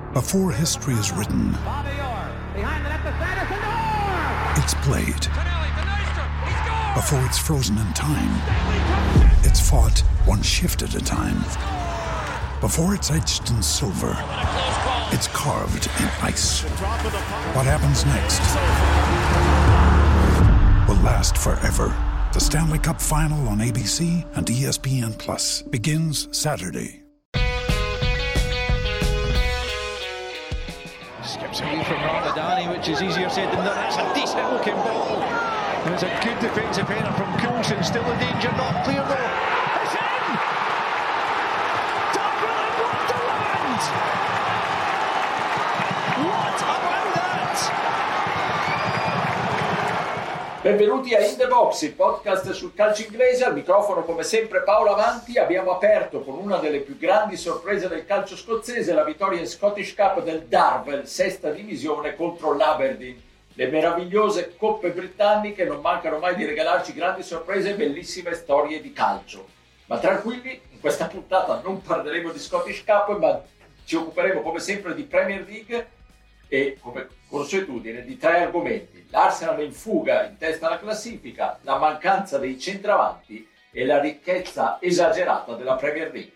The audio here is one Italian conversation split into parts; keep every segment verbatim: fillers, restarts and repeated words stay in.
Before history is written, it's played. Before it's frozen in time, it's fought one shift at a time. Before it's etched in silver, it's carved in ice. What happens next will last forever. The Stanley Cup Final on A B C and E S P N Plus begins Saturday. Skips away from Ramadani, which is easier said than done. It's a decent looking ball. And it's a good defensive header from Coulson. Still in danger, not clear though. It's in! Dublin Wonderland! What about that? Benvenuti a In The Box, il podcast sul calcio inglese. Al microfono come sempre Paolo Avanti. Abbiamo aperto con una delle più grandi sorprese del calcio scozzese, la vittoria in Scottish Cup del Darvel, sesta divisione contro l'Aberdeen. Le meravigliose coppe britanniche non mancano mai di regalarci grandi sorprese e bellissime storie di calcio. Ma tranquilli, in questa puntata non parleremo di Scottish Cup, ma ci occuperemo come sempre di Premier League e, come consuetudine, di tre argomenti: l'Arsenal in fuga in testa alla classifica, la mancanza dei centravanti e la ricchezza esagerata della Premier League.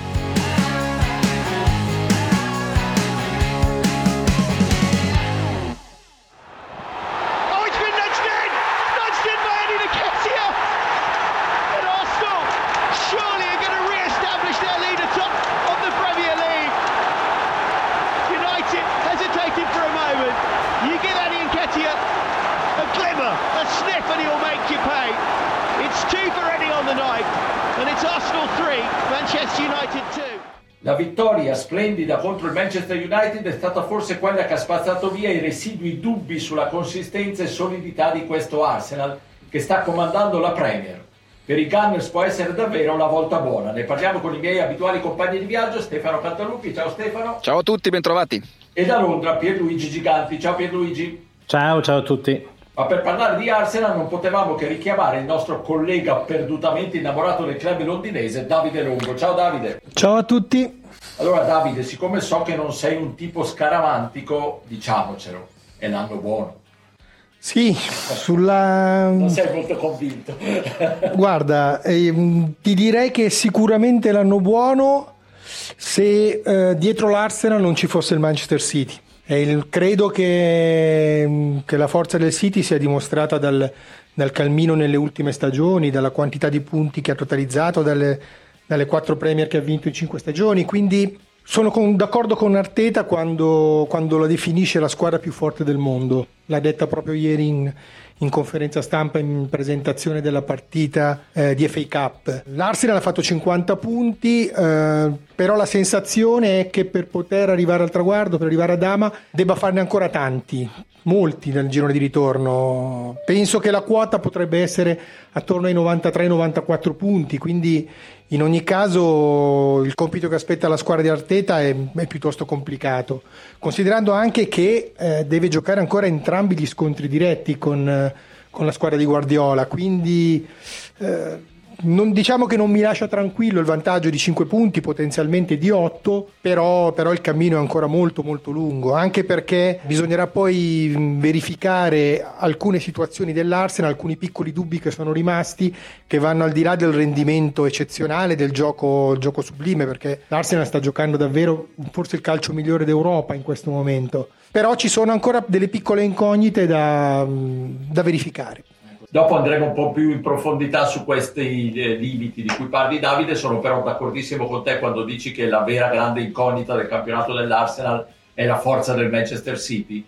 La vittoria splendida contro il Manchester United è stata forse quella che ha spazzato via i residui dubbi sulla consistenza e solidità di questo Arsenal che sta comandando la Premier. Per i Gunners può essere davvero la volta buona. Ne parliamo con i miei abituali compagni di viaggio, Stefano Cantalupi. Ciao Stefano. Ciao a tutti, bentrovati. E da Londra Pierluigi Giganti. Ciao Pierluigi. Ciao, ciao a tutti. Ma per parlare di Arsenal non potevamo che richiamare il nostro collega perdutamente innamorato del club londinese, Davide Longo. Ciao Davide. Ciao a tutti. Allora Davide, siccome so che non sei un tipo scaramantico, diciamocelo, è l'anno buono. Sì, sulla... Non sei molto convinto. Guarda, eh, ti direi che è sicuramente l'anno buono se eh, dietro l'Arsenal non ci fosse il Manchester City. E il, credo che, che la forza del City sia dimostrata dal, dal cammino nelle ultime stagioni, dalla quantità di punti che ha totalizzato, dalle, dalle quattro Premier che ha vinto in cinque stagioni. Quindi sono con, d'accordo con Arteta quando, quando la definisce la squadra più forte del mondo. L'ha detta proprio ieri in, in conferenza stampa in presentazione della partita eh, di F A Cup. L'Arsenal ha fatto cinquanta punti, eh, però la sensazione è che per poter arrivare al traguardo, per arrivare a Dama, debba farne ancora tanti, molti nel girone di ritorno. Penso che la quota potrebbe essere attorno ai novantatré novantaquattro punti, quindi in ogni caso il compito che aspetta la squadra di Arteta è, è piuttosto complicato, considerando anche che eh, deve giocare ancora entrambi gli scontri diretti con, eh, con la squadra di Guardiola, quindi eh, non, diciamo che non mi lascia tranquillo il vantaggio di cinque punti, potenzialmente di otto, però, però il cammino è ancora molto molto lungo, anche perché bisognerà poi verificare alcune situazioni dell'Arsenal, alcuni piccoli dubbi che sono rimasti, che vanno al di là del rendimento eccezionale del gioco, il gioco sublime, perché l'Arsenal sta giocando davvero forse il calcio migliore d'Europa in questo momento, però ci sono ancora delle piccole incognite da, da verificare. Dopo andremo un po' più in profondità su questi eh, limiti di cui parli Davide. Sono però d'accordissimo con te quando dici che la vera grande incognita del campionato dell'Arsenal è la forza del Manchester City,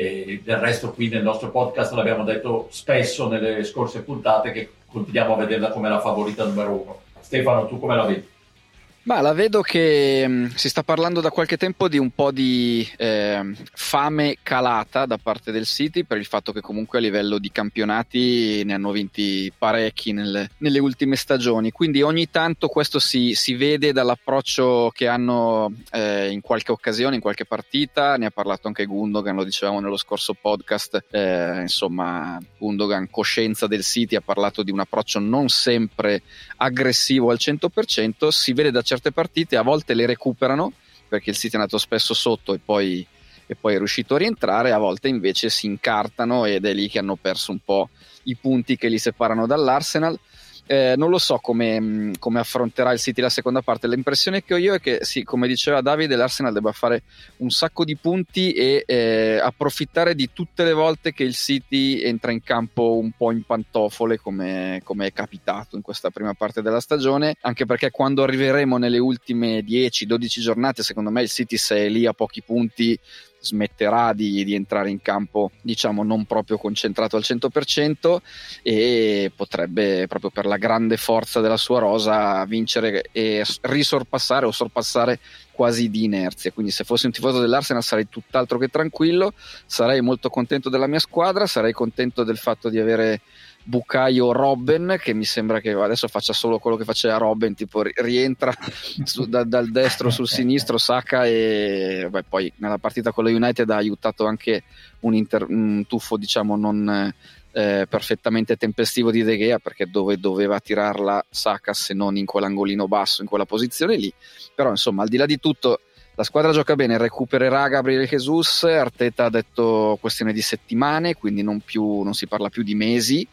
e del resto qui nel nostro podcast l'abbiamo detto spesso nelle scorse puntate che continuiamo a vederla come la favorita numero uno. Stefano, tu come la vedi? Ma la vedo che mh, si sta parlando da qualche tempo di un po' di eh, fame calata da parte del City, per il fatto che comunque a livello di campionati ne hanno vinti parecchi nelle, nelle ultime stagioni, quindi ogni tanto questo si, si vede dall'approccio che hanno eh, in qualche occasione, in qualche partita. Ne ha parlato anche Gundogan, lo dicevamo nello scorso podcast, eh, insomma Gundogan, coscienza del City, ha parlato di un approccio non sempre aggressivo al cento per cento. Si vede da certe partite, a volte le recuperano, perché il City è andato spesso sotto e poi, e poi è riuscito a rientrare, a volte invece si incartano ed è lì che hanno perso un po' i punti che li separano dall'Arsenal. Eh, non lo so come, come affronterà il City la seconda parte. L'impressione che ho io è che, sì, come diceva Davide, l'Arsenal debba fare un sacco di punti e eh, approfittare di tutte le volte che il City entra in campo un po' in pantofole, come, come è capitato in questa prima parte della stagione, anche perché quando arriveremo nelle ultime dieci dodici giornate, secondo me il City, se è lì a pochi punti, smetterà di, di entrare in campo, diciamo, non proprio concentrato al cento per cento, e potrebbe, proprio per la grande forza della sua rosa, vincere e risorpassare o sorpassare quasi di inerzia. Quindi se fossi un tifoso dell'Arsenal sarei tutt'altro che tranquillo, sarei molto contento della mia squadra, sarei contento del fatto di avere Bukayo Robben, che mi sembra che adesso faccia solo quello che faceva Robben, tipo rientra su, da, dal destro sul sinistro, Saka, e beh, poi nella partita con lo United ha aiutato anche un, inter, un tuffo, diciamo, non eh, perfettamente tempestivo di De Gea, perché dove doveva tirarla Saka se non in quell'angolino basso, in quella posizione lì. Però insomma, al di là di tutto, la squadra gioca bene, recupererà Gabriel Jesus. Arteta ha detto questione di settimane, quindi non, più, non si parla più di mesi.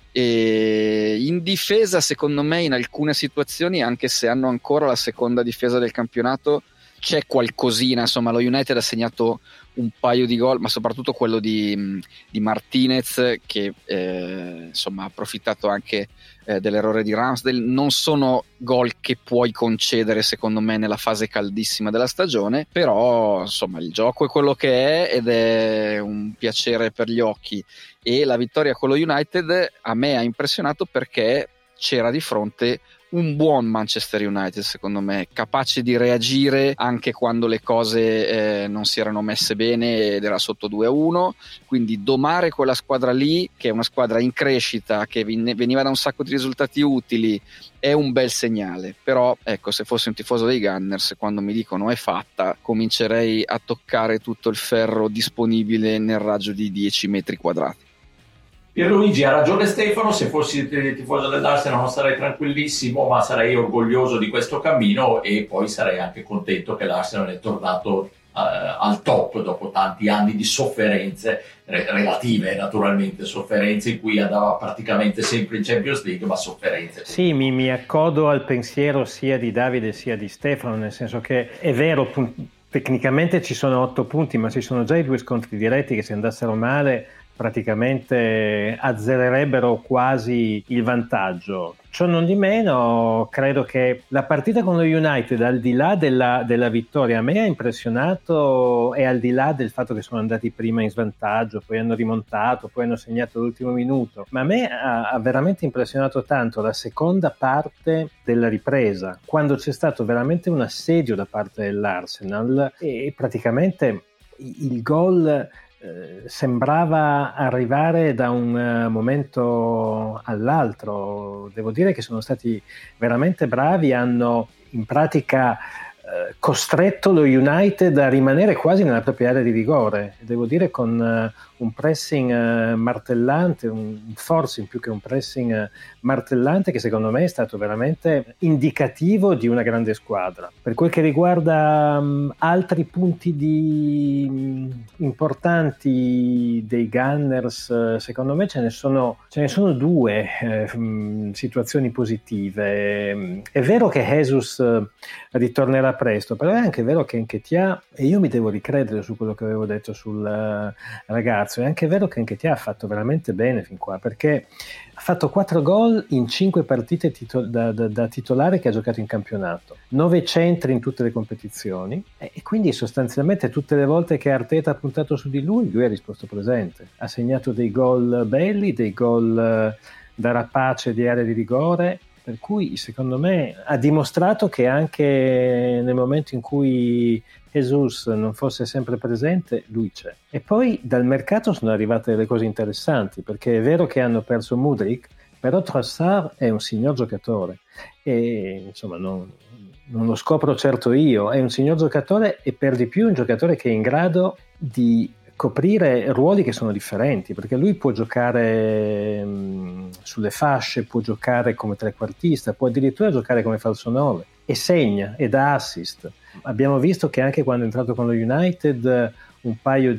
E in difesa, secondo me, in alcune situazioni, anche se hanno ancora la seconda difesa del campionato, c'è qualcosina. Insomma, lo United ha segnato un paio di gol, ma soprattutto quello di, di Martinez, che eh, insomma ha approfittato anche eh, dell'errore di Ramsdale. Non sono gol che puoi concedere, secondo me, nella fase caldissima della stagione, però insomma il gioco è quello che è ed è un piacere per gli occhi. E la vittoria con lo United a me ha impressionato perché c'era di fronte un buon Manchester United, secondo me, capace di reagire anche quando le cose eh, non si erano messe bene ed era sotto due a uno. Quindi domare quella squadra lì, che è una squadra in crescita, che veniva da un sacco di risultati utili, è un bel segnale. Però ecco, se fossi un tifoso dei Gunners, quando mi dicono è fatta, comincerei a toccare tutto il ferro disponibile nel raggio di dieci metri quadrati. Pierluigi, ha ragione Stefano, se fossi tifoso dell'Arsenal non sarei tranquillissimo, ma sarei orgoglioso di questo cammino, e poi sarei anche contento che l'Arsenal è tornato uh, al top dopo tanti anni di sofferenze, re- relative naturalmente, sofferenze in cui andava praticamente sempre in Champions League, ma sofferenze. Sì, mi, mi accodo al pensiero sia di Davide sia di Stefano, nel senso che è vero, pun- tecnicamente ci sono otto punti, ma ci sono già i due scontri diretti che, se andassero male, praticamente azzererebbero quasi il vantaggio. Ciò non di meno, credo che la partita con lo United, al di là della, della vittoria, a me ha impressionato, e al di là del fatto che sono andati prima in svantaggio, poi hanno rimontato, poi hanno segnato l'ultimo minuto, ma a me ha, ha veramente impressionato tanto la seconda parte della ripresa, quando c'è stato veramente un assedio da parte dell'Arsenal e praticamente il gol Eh, sembrava arrivare da un uh, momento all'altro. Devo dire che sono stati veramente bravi, hanno in pratica uh, costretto lo United a rimanere quasi nella propria area di rigore, devo dire con uh, un pressing uh, martellante, un forcing più che un pressing uh, martellante, che secondo me è stato veramente indicativo di una grande squadra. Per quel che riguarda um, altri punti di, um, importanti dei Gunners, uh, secondo me ce ne sono, ce ne sono due eh, um, situazioni positive. È vero che Jesus uh, ritornerà presto, però è anche vero che Nketiah, e io mi devo ricredere su quello che avevo detto sul uh, ragazzo, è anche vero che Nketiah ha fatto veramente bene fin qua, perché ha fatto quattro gol in cinque partite tito- da, da, da titolare che ha giocato in campionato, nove centri in tutte le competizioni, e, e quindi sostanzialmente tutte le volte che Arteta ha puntato su di lui, lui ha risposto presente, ha segnato dei gol belli, dei gol uh, da rapace di area di rigore, per cui secondo me ha dimostrato che anche nel momento in cui Jesus non fosse sempre presente, lui c'è. E poi dal mercato sono arrivate delle cose interessanti, perché è vero che hanno perso Mudryk, però Trossard è un signor giocatore e insomma non, non lo scopro certo io, è un signor giocatore, e per di più un giocatore che è in grado di coprire ruoli che sono differenti, perché lui può giocare mh, sulle fasce, può giocare come trequartista, può addirittura giocare come falso nove e segna e dà assist. Abbiamo visto che anche quando è entrato con lo United un paio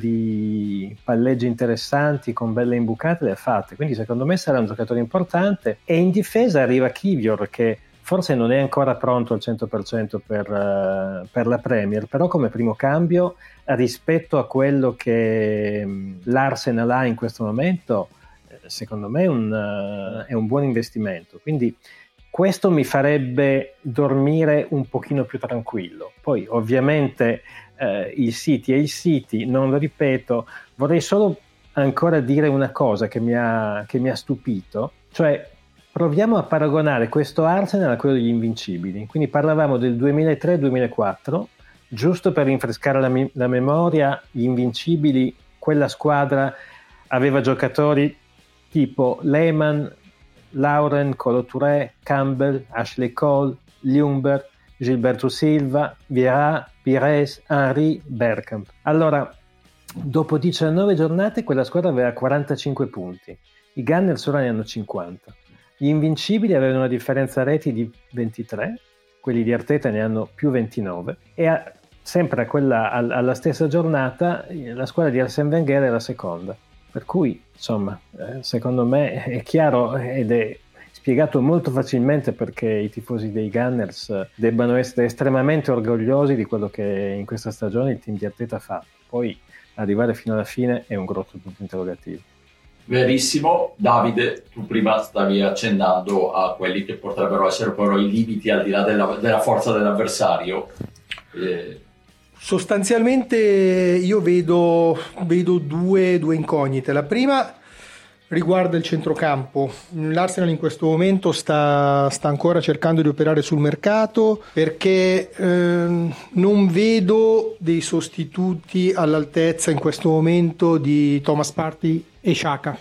di palleggi interessanti con belle imbucate le ha fatte, quindi secondo me sarà un giocatore importante. E in difesa arriva Kivior, che forse non è ancora pronto al cento per cento per, uh, per la Premier, però come primo cambio rispetto a quello che um, l'Arsenal ha in questo momento, secondo me è un, uh, è un buon investimento, quindi questo mi farebbe dormire un pochino più tranquillo. Poi ovviamente uh, il City è il City, non lo ripeto, vorrei solo ancora dire una cosa che mi ha, che mi ha stupito, cioè proviamo a paragonare questo Arsenal a quello degli Invincibili. Quindi parlavamo del duemilatré duemilaquattro, giusto per rinfrescare la, mi- la memoria, gli Invincibili, quella squadra aveva giocatori tipo Lehmann, Lauren, Kolo Touré, Campbell, Ashley Cole, Ljungberg, Gilberto Silva, Vieira, Pires, Henry, Bergkamp. Allora, dopo diciannove giornate quella squadra aveva quarantacinque punti, i Gunners ora ne hanno cinquanta. Gli Invincibili avevano una differenza reti di ventitré, quelli di Arteta ne hanno più ventinove, e a, sempre a quella, a, alla stessa giornata la squadra di Arsène Wenger è la seconda. Per cui, insomma, eh, secondo me è chiaro ed è spiegato molto facilmente perché i tifosi dei Gunners debbano essere estremamente orgogliosi di quello che in questa stagione il team di Arteta ha fatto. Poi arrivare fino alla fine è un grosso punto interrogativo. Verissimo. Davide, tu prima stavi accennando a quelli che potrebbero essere però i limiti al di là della, della forza dell'avversario. Eh... Sostanzialmente io vedo, vedo due, due incognite. La prima riguarda il centrocampo. L'Arsenal in questo momento sta, sta ancora cercando di operare sul mercato perché ehm, non vedo dei sostituti all'altezza in questo momento di Thomas Partey e Xhaka.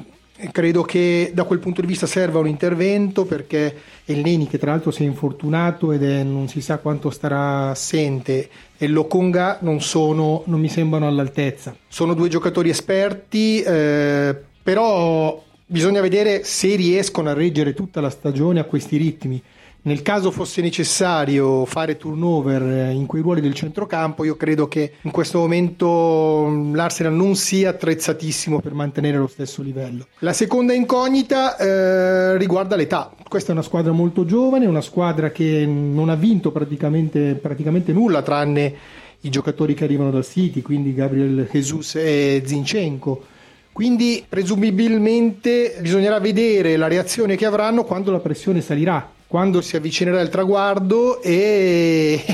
Credo che da quel punto di vista serva un intervento perché Elneny, che tra l'altro si è infortunato ed è non si sa quanto starà assente, e Lokonga non sono, non mi sembrano all'altezza. Sono due giocatori esperti, eh, però bisogna vedere se riescono a reggere tutta la stagione a questi ritmi. Nel caso fosse necessario fare turnover in quei ruoli del centrocampo, io credo che in questo momento l'Arsenal non sia attrezzatissimo per mantenere lo stesso livello. La seconda incognita eh, riguarda l'età. Questa è una squadra molto giovane, una squadra che non ha vinto praticamente, praticamente nulla tranne i giocatori che arrivano dal City, quindi Gabriel Jesus e Zinchenko. Quindi presumibilmente bisognerà vedere la reazione che avranno quando la pressione salirà, quando si avvicinerà il traguardo e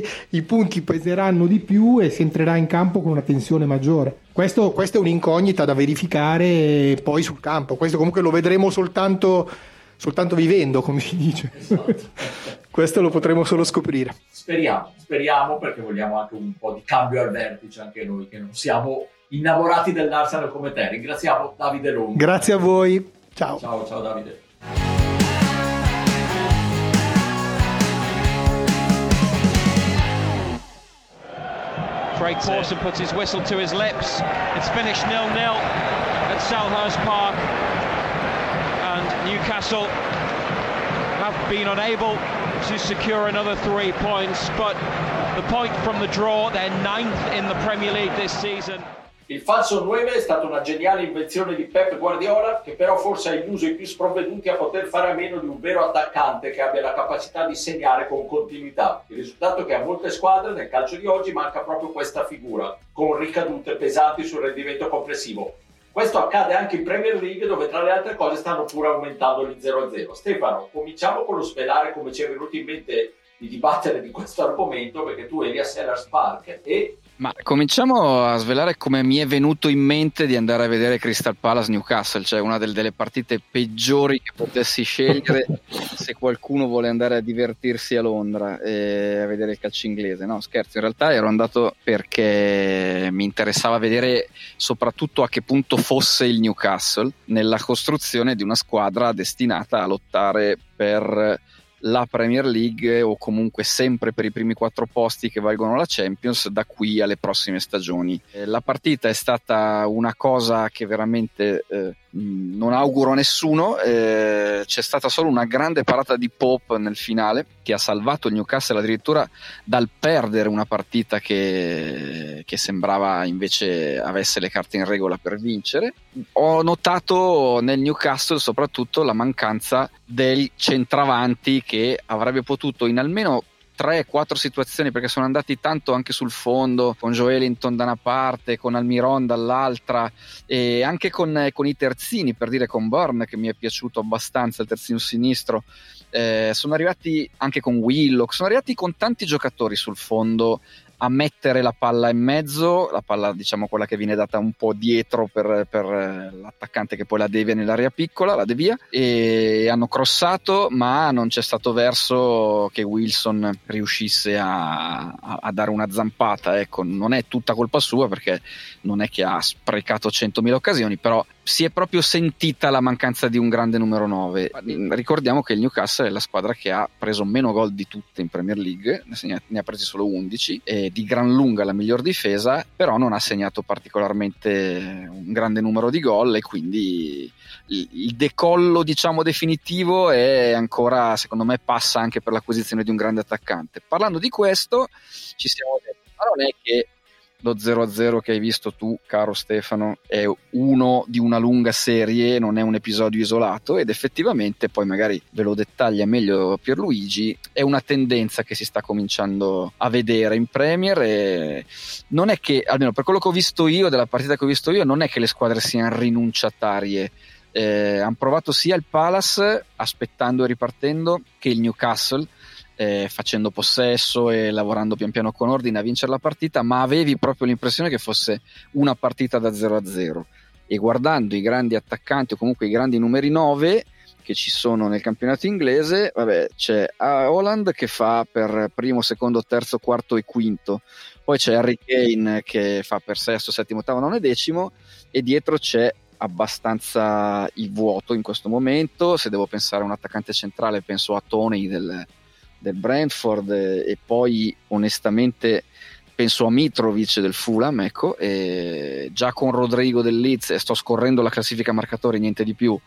i punti peseranno di più e si entrerà in campo con una tensione maggiore. Questo, questa è un'incognita da verificare poi sul campo. Questo comunque lo vedremo soltanto, soltanto vivendo, come si dice. Esatto. Questo lo potremo solo scoprire. Speriamo, speriamo perché vogliamo anche un po' di cambio al vertice, anche noi che non siamo innamorati dell'Arsenal come te. Ringraziamo Davide Longo. Grazie a voi. Ciao. Ciao, ciao Davide. Craig Pawson puts his whistle to his lips. It's finished nil nil at Selhurst Park, and Newcastle have been unable to secure another three points, but the point from the draw, they're ninth in the Premier League this season. Il falso nove è stata una geniale invenzione di Pep Guardiola, che però forse ha illuso i più sprovveduti a poter fare a meno di un vero attaccante che abbia la capacità di segnare con continuità. Il risultato è che a molte squadre nel calcio di oggi manca proprio questa figura, con ricadute pesanti sul rendimento complessivo. Questo accade anche in Premier League, dove tra le altre cose stanno pure aumentando gli zero a zero. Stefano, cominciamo con lo svelare come ci è venuto in mente di dibattere di questo argomento, perché tu eri a Selhurst Park e... Ma cominciamo a svelare come mi è venuto in mente di andare a vedere Crystal Palace Newcastle, cioè una delle, delle partite peggiori che potessi scegliere se qualcuno vuole andare a divertirsi a Londra e a vedere il calcio inglese. No, scherzo, in realtà ero andato perché mi interessava vedere soprattutto a che punto fosse il Newcastle nella costruzione di una squadra destinata a lottare per la Premier League o comunque sempre per i primi quattro posti che valgono la Champions da qui alle prossime stagioni. Eh, la partita è stata una cosa che veramente eh, non auguro a nessuno, eh, c'è stata solo una grande parata di Pope nel finale che ha salvato il Newcastle addirittura dal perdere una partita che, che sembrava invece avesse le carte in regola per vincere. Ho notato nel Newcastle soprattutto la mancanza del centravanti che avrebbe potuto in almeno tre quattro situazioni, perché sono andati tanto anche sul fondo con Joelinton da una parte, con Almiron dall'altra e anche con, con i terzini, per dire con Burn che mi è piaciuto abbastanza, il terzino sinistro, eh, sono arrivati anche con Willock, sono arrivati con tanti giocatori sul fondo a mettere la palla in mezzo, la palla diciamo quella che viene data un po' dietro per, per l'attaccante che poi la devia nell'area piccola, la devia, e hanno crossato, ma non c'è stato verso che Wilson riuscisse a, a, a dare una zampata. Ecco, non è tutta colpa sua perché non è che ha sprecato centomila occasioni, però si è proprio sentita la mancanza di un grande numero nove. Ricordiamo che il Newcastle è la squadra che ha preso meno gol di tutte in Premier League, ne ha presi solo undici, e di gran lunga la miglior difesa, però non ha segnato particolarmente un grande numero di gol, e quindi il decollo diciamo definitivo è ancora, secondo me, passa anche per l'acquisizione di un grande attaccante. Parlando di questo ci siamo detti, ma non è che lo zero a zero che hai visto tu, caro Stefano, è uno di una lunga serie, non è un episodio isolato, ed effettivamente, poi magari ve lo dettaglia meglio Pierluigi, è una tendenza che si sta cominciando a vedere in Premier, e non è che, almeno per quello che ho visto io, della partita che ho visto io, non è che le squadre siano rinunciatarie. Eh, hanno provato sia il Palace, aspettando e ripartendo, che il Newcastle, Eh, facendo possesso e lavorando pian piano con ordine a vincere la partita, ma avevi proprio l'impressione che fosse una partita da zero a zero. E guardando i grandi attaccanti o comunque i grandi numeri nove che ci sono nel campionato inglese, vabbè, c'è Haaland che fa per primo, secondo, terzo, quarto e quinto, poi c'è Harry Kane che fa per sesto, settimo, ottavo, nono e decimo, e dietro c'è abbastanza il vuoto in questo momento. Se devo pensare a un attaccante centrale penso a Toney del del Brentford, e poi onestamente penso a Mitrovic del Fulham, ecco, e già con Rodrigo del Leeds, e sto scorrendo la classifica marcatori, niente di più,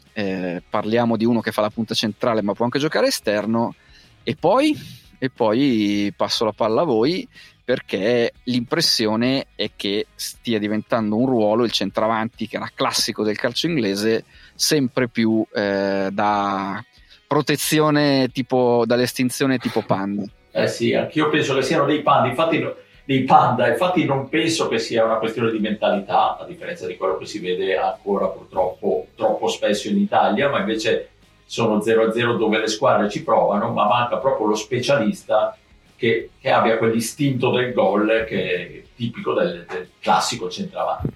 eh, parliamo di uno che fa la punta centrale ma può anche giocare esterno, e poi, e poi passo la palla a voi, perché l'impressione è che stia diventando un ruolo, il centravanti, che era classico del calcio inglese, sempre più eh, da protezione tipo dall'estinzione tipo panda. Eh sì, anch'io penso che siano dei panda, infatti dei panda, infatti non penso che sia una questione di mentalità, a differenza di quello che si vede ancora purtroppo troppo spesso in Italia, ma invece sono zero a zero dove le squadre ci provano, ma manca proprio lo specialista che, che abbia quell'istinto del gol che è tipico del, del classico centravanti.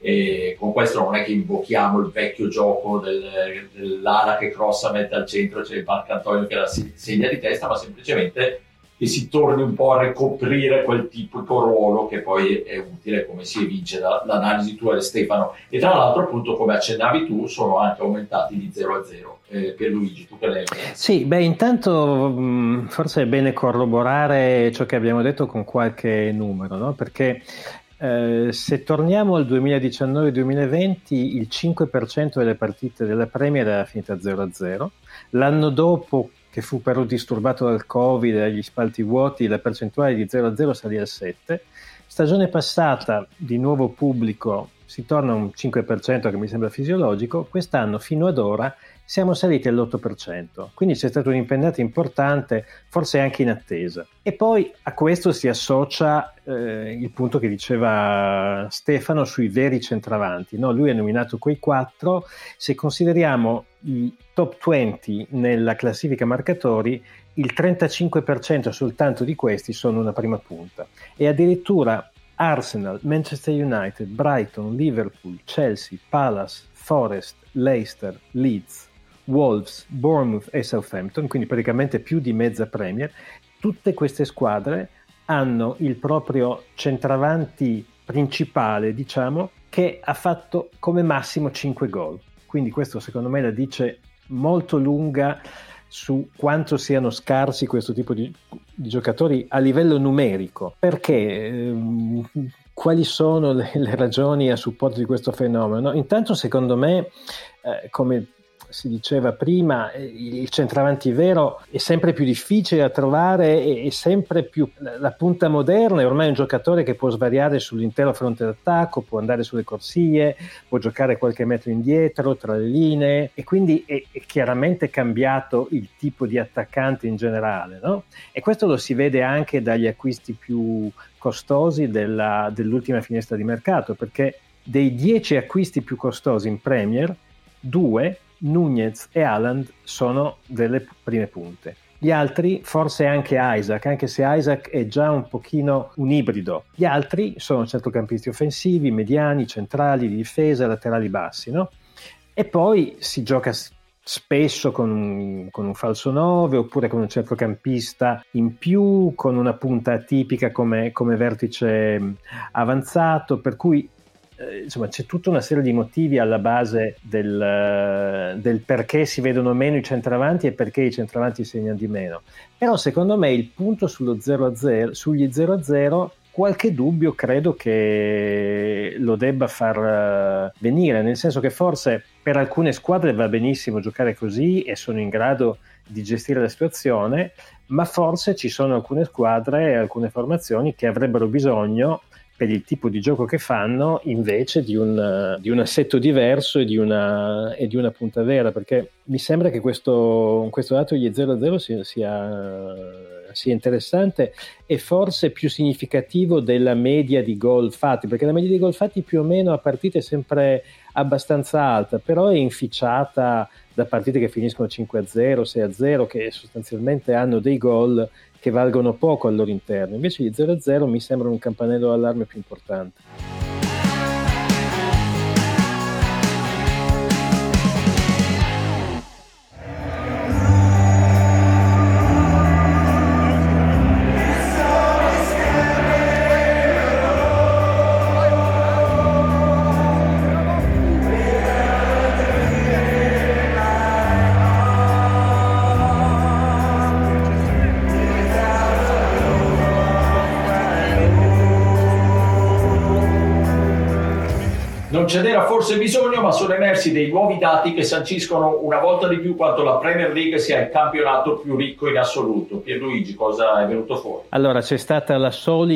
E con questo non è che invochiamo il vecchio gioco del, dell'ala che crossa, mette al centro, c'è il Marcantonio che la segna di testa, ma semplicemente che si torni un po' a ricoprire quel tipico ruolo che poi è utile, come si evince dall'analisi tua di Stefano. E tra l'altro, appunto, come accennavi tu, sono anche aumentati di zero a zero. Eh, Pierluigi, tu che ne pensi? Sì, beh, intanto mh, forse è bene corroborare ciò che abbiamo detto con qualche numero, no? Perché Eh, se torniamo al duemiladiciannove duemilaventi, il cinque per cento delle partite della Premier era finita zero a zero. L'anno dopo, che fu però disturbato dal Covid e dagli spalti vuoti, la percentuale di zero a zero salì al sette. Stagione passata, di nuovo pubblico, si torna a un cinque per cento che mi sembra fisiologico. Quest'anno, fino ad ora, siamo saliti all'otto per cento, quindi c'è stata un'impennata importante, forse anche in attesa. E poi a questo si associa eh, il punto che diceva Stefano sui veri centravanti, no? Lui ha nominato quei quattro. Se consideriamo i top venti nella classifica marcatori, il trentacinque per cento soltanto di questi sono una prima punta, e addirittura Arsenal, Manchester United, Brighton, Liverpool, Chelsea, Palace, Forest, Leicester, Leeds, Wolves, Bournemouth e Southampton, quindi praticamente più di mezza Premier, tutte queste squadre hanno il proprio centravanti principale, diciamo, che ha fatto come massimo cinque gol. Quindi questo secondo me la dice molto lunga su quanto siano scarsi questo tipo di, di giocatori a livello numerico. Perché? Ehm, quali sono le, le ragioni a supporto di questo fenomeno? Intanto, secondo me, eh, come si diceva prima, il centravanti vero è sempre più difficile da trovare e è sempre più la punta moderna è ormai un giocatore che può svariare sull'intero fronte d'attacco, può andare sulle corsie, può giocare qualche metro indietro tra le linee, e quindi è, è chiaramente cambiato il tipo di attaccante in generale, no? E questo lo si vede anche dagli acquisti più costosi della, dell'ultima finestra di mercato, perché dei dieci acquisti più costosi in Premier, due, Nunez e Haaland, sono delle prime punte. Gli altri, forse anche Isaac, anche se Isaac è già un pochino un ibrido. Gli altri sono centrocampisti offensivi, mediani, centrali, di difesa, laterali bassi, no? E poi si gioca spesso con un, con un falso nove, oppure con un centrocampista in più, con una punta atipica come, come vertice avanzato, per cui Eh, insomma, c'è tutta una serie di motivi alla base del, del perché si vedono meno i centravanti e perché i centravanti segnano di meno. Però secondo me il punto sullo zero a zero, sugli zero a zero, qualche dubbio credo che lo debba far venire, nel senso che forse per alcune squadre va benissimo giocare così e sono in grado di gestire la situazione, ma forse ci sono alcune squadre e alcune formazioni che avrebbero bisogno, per il tipo di gioco che fanno, invece di un, di un assetto diverso e di una, e di una punta vera, perché mi sembra che questo, questo dato degli zero a zero sia, sia, sia interessante e forse più significativo della media di gol fatti, perché la media di gol fatti più o meno a partite è sempre abbastanza alta, però è inficiata da partite che finiscono cinque a zero, sei a zero, che sostanzialmente hanno dei gol che valgono poco al loro interno. Invece gli zero a zero mi sembra un campanello d'allarme più importante. Non ce n'era forse bisogno, ma sono emersi dei nuovi dati che sanciscono una volta di più quanto la Premier League sia il campionato più ricco in assoluto. Pierluigi, cosa è venuto fuori? Allora, c'è stata la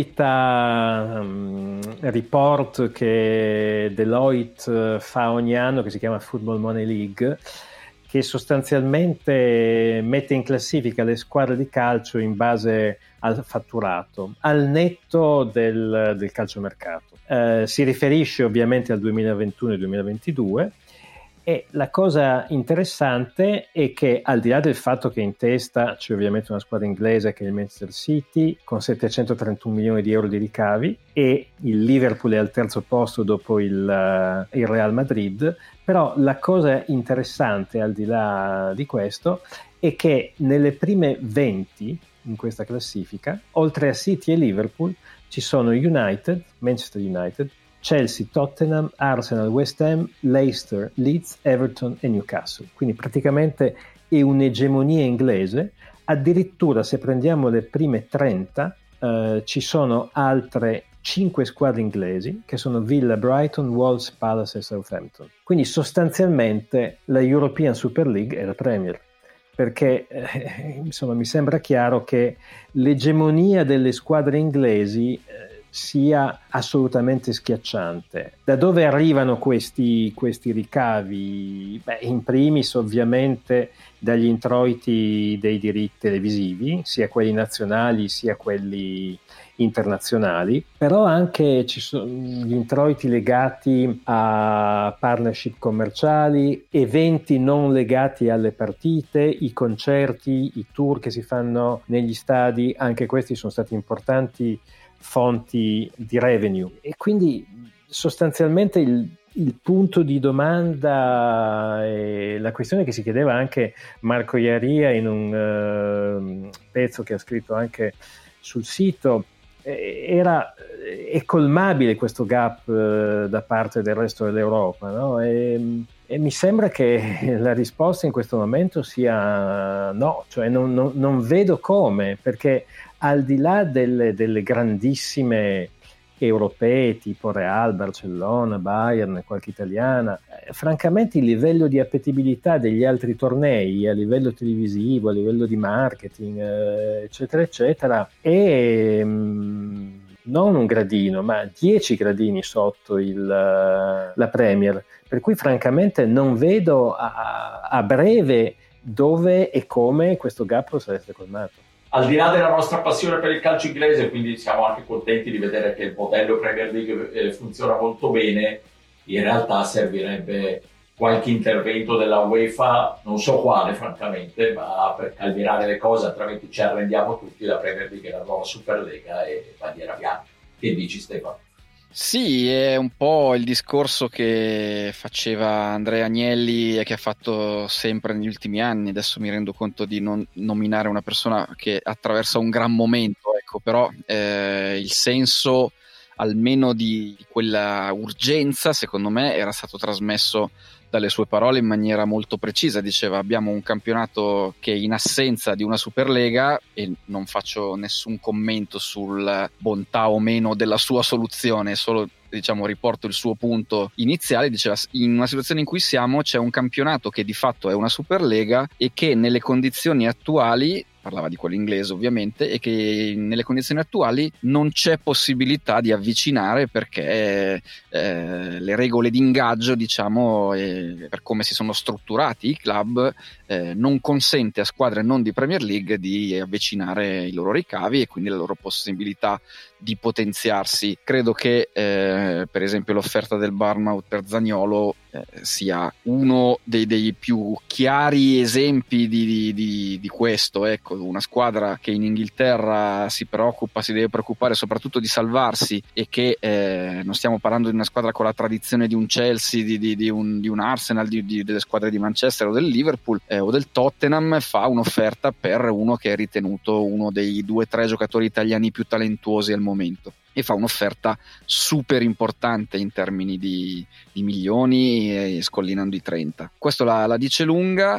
solita um, report che Deloitte fa ogni anno, che si chiama Football Money League, che sostanzialmente mette in classifica le squadre di calcio in base al fatturato, al netto del, del calciomercato. Eh, si riferisce ovviamente al duemilaventuno e duemilaventidue, e la cosa interessante è che, al di là del fatto che in testa c'è ovviamente una squadra inglese che è il Manchester City con settecentotrentuno milioni di euro di ricavi, e il Liverpool è al terzo posto dopo il, uh, il Real Madrid, però la cosa interessante, al di là di questo, è che nelle prime venti in questa classifica, oltre a City e Liverpool, ci sono United, Manchester United, Chelsea, Tottenham, Arsenal, West Ham, Leicester, Leeds, Everton e Newcastle. Quindi praticamente è un'egemonia inglese. Addirittura, se prendiamo le prime trenta, eh, ci sono altre cinque squadre inglesi, che sono Villa, Brighton, Wolves, Palace e Southampton. Quindi sostanzialmente la European Super League è la Premier, perché eh, insomma mi sembra chiaro che l'egemonia delle squadre inglesi eh, sia assolutamente schiacciante. Da dove arrivano questi, questi ricavi? Beh, in primis ovviamente dagli introiti dei diritti televisivi, sia quelli nazionali sia quelli internazionali, però anche ci sono gli introiti legati a partnership commerciali, eventi non legati alle partite, i concerti, i tour che si fanno negli stadi, anche questi sono stati importanti fonti di revenue. E quindi sostanzialmente il, il punto di domanda e la questione che si chiedeva anche Marco Iaria in un uh, pezzo che ha scritto anche sul sito era è colmabile questo gap eh, da parte del resto dell'Europa, no? E, e mi sembra che la risposta in questo momento sia no, cioè non, non, non vedo come, perché al di là delle, delle grandissime europee tipo Real, Barcellona, Bayern, qualche italiana, eh, francamente il livello di appetibilità degli altri tornei a livello televisivo, a livello di marketing, eh, eccetera eccetera, è mh, non un gradino ma dieci gradini sotto il, la Premier, per cui francamente non vedo a, a breve dove e come questo gap possa essere colmato. Al di là della nostra passione per il calcio inglese, quindi siamo anche contenti di vedere che il modello Premier League eh, funziona molto bene, in realtà servirebbe qualche intervento della UEFA, non so quale francamente, ma per calmierare le cose, altrimenti ci arrendiamo tutti, la Premier League è la nuova Superlega e bandiera bianca. Che dici, Stefano? Sì, è un po' il discorso che faceva Andrea Agnelli e che ha fatto sempre negli ultimi anni. Adesso mi rendo conto di non nominare una persona che attraversa un gran momento, ecco, però eh, il senso almeno di, di quella urgenza, secondo me, era stato trasmesso dalle sue parole in maniera molto precisa. Diceva: abbiamo un campionato che in assenza di una Superlega, e non faccio nessun commento sul bontà o meno della sua soluzione, solo diciamo riporto il suo punto iniziale. Diceva: in una situazione in cui siamo c'è un campionato che di fatto è una Superlega e che nelle condizioni attuali, parlava di quello inglese ovviamente, e che nelle condizioni attuali non c'è possibilità di avvicinare perché eh, le regole di ingaggio, diciamo, eh, per come si sono strutturati i club, eh, non consente a squadre non di Premier League di avvicinare i loro ricavi e quindi la loro possibilità di potenziarsi. Credo che eh, per esempio l'offerta del Bournemouth per Zaniolo eh, sia uno dei, dei più chiari esempi di, di, di, di questo, ecco. Una squadra che in Inghilterra si preoccupa, si deve preoccupare soprattutto di salvarsi, e che eh, non stiamo parlando di una squadra con la tradizione di un Chelsea, di, di, di, un, di un Arsenal, di, di, delle squadre di Manchester o del Liverpool eh, o del Tottenham, fa un'offerta per uno che è ritenuto uno dei due o tre giocatori italiani più talentuosi al momento, e fa un'offerta super importante in termini di, di milioni, e scollinando i trenta. Questo la, la dice lunga.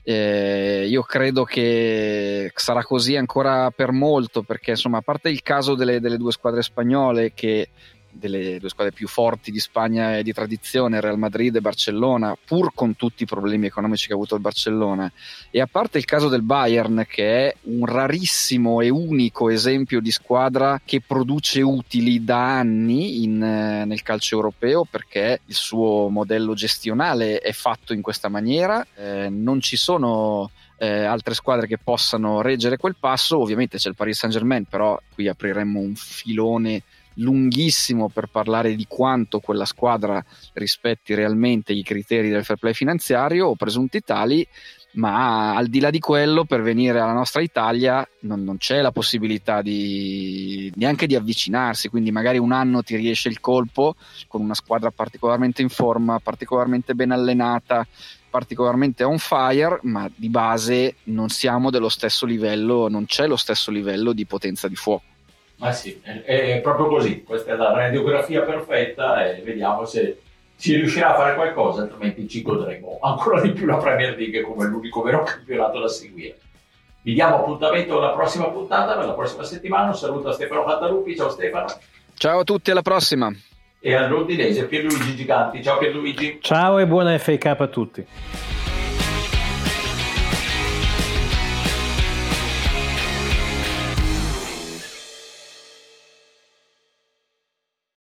Eh, io credo che sarà così ancora per molto, perché insomma, a parte il caso delle, delle due squadre spagnole, che delle due squadre più forti di Spagna e di tradizione, Real Madrid e Barcellona, pur con tutti i problemi economici che ha avuto il Barcellona, e a parte il caso del Bayern, che è un rarissimo e unico esempio di squadra che produce utili da anni in, nel calcio europeo, perché il suo modello gestionale è fatto in questa maniera, eh, non ci sono Eh, altre squadre che possano reggere quel passo. Ovviamente c'è il Paris Saint-Germain, però qui apriremmo un filone lunghissimo per parlare di quanto quella squadra rispetti realmente i criteri del fair play finanziario o presunti tali, ma al di là di quello, per venire alla nostra Italia non, non c'è la possibilità di neanche di avvicinarsi. Quindi magari un anno ti riesce il colpo con una squadra particolarmente in forma, particolarmente ben allenata, particolarmente on fire, ma di base non siamo dello stesso livello, non c'è lo stesso livello di potenza di fuoco. Ma sì, è, è proprio così. Questa è la radiografia perfetta e vediamo se si riuscirà a fare qualcosa, altrimenti ci godremo ancora di più la Premier League come l'unico vero campionato da seguire. Vi diamo appuntamento alla prossima puntata, per la prossima settimana. Un saluto a Stefano Cantalupi. Ciao Stefano. Ciao a tutti, alla prossima. E al londinese Pierluigi Giganti. Ciao Pierluigi. Ciao e buona F A Cup a tutti.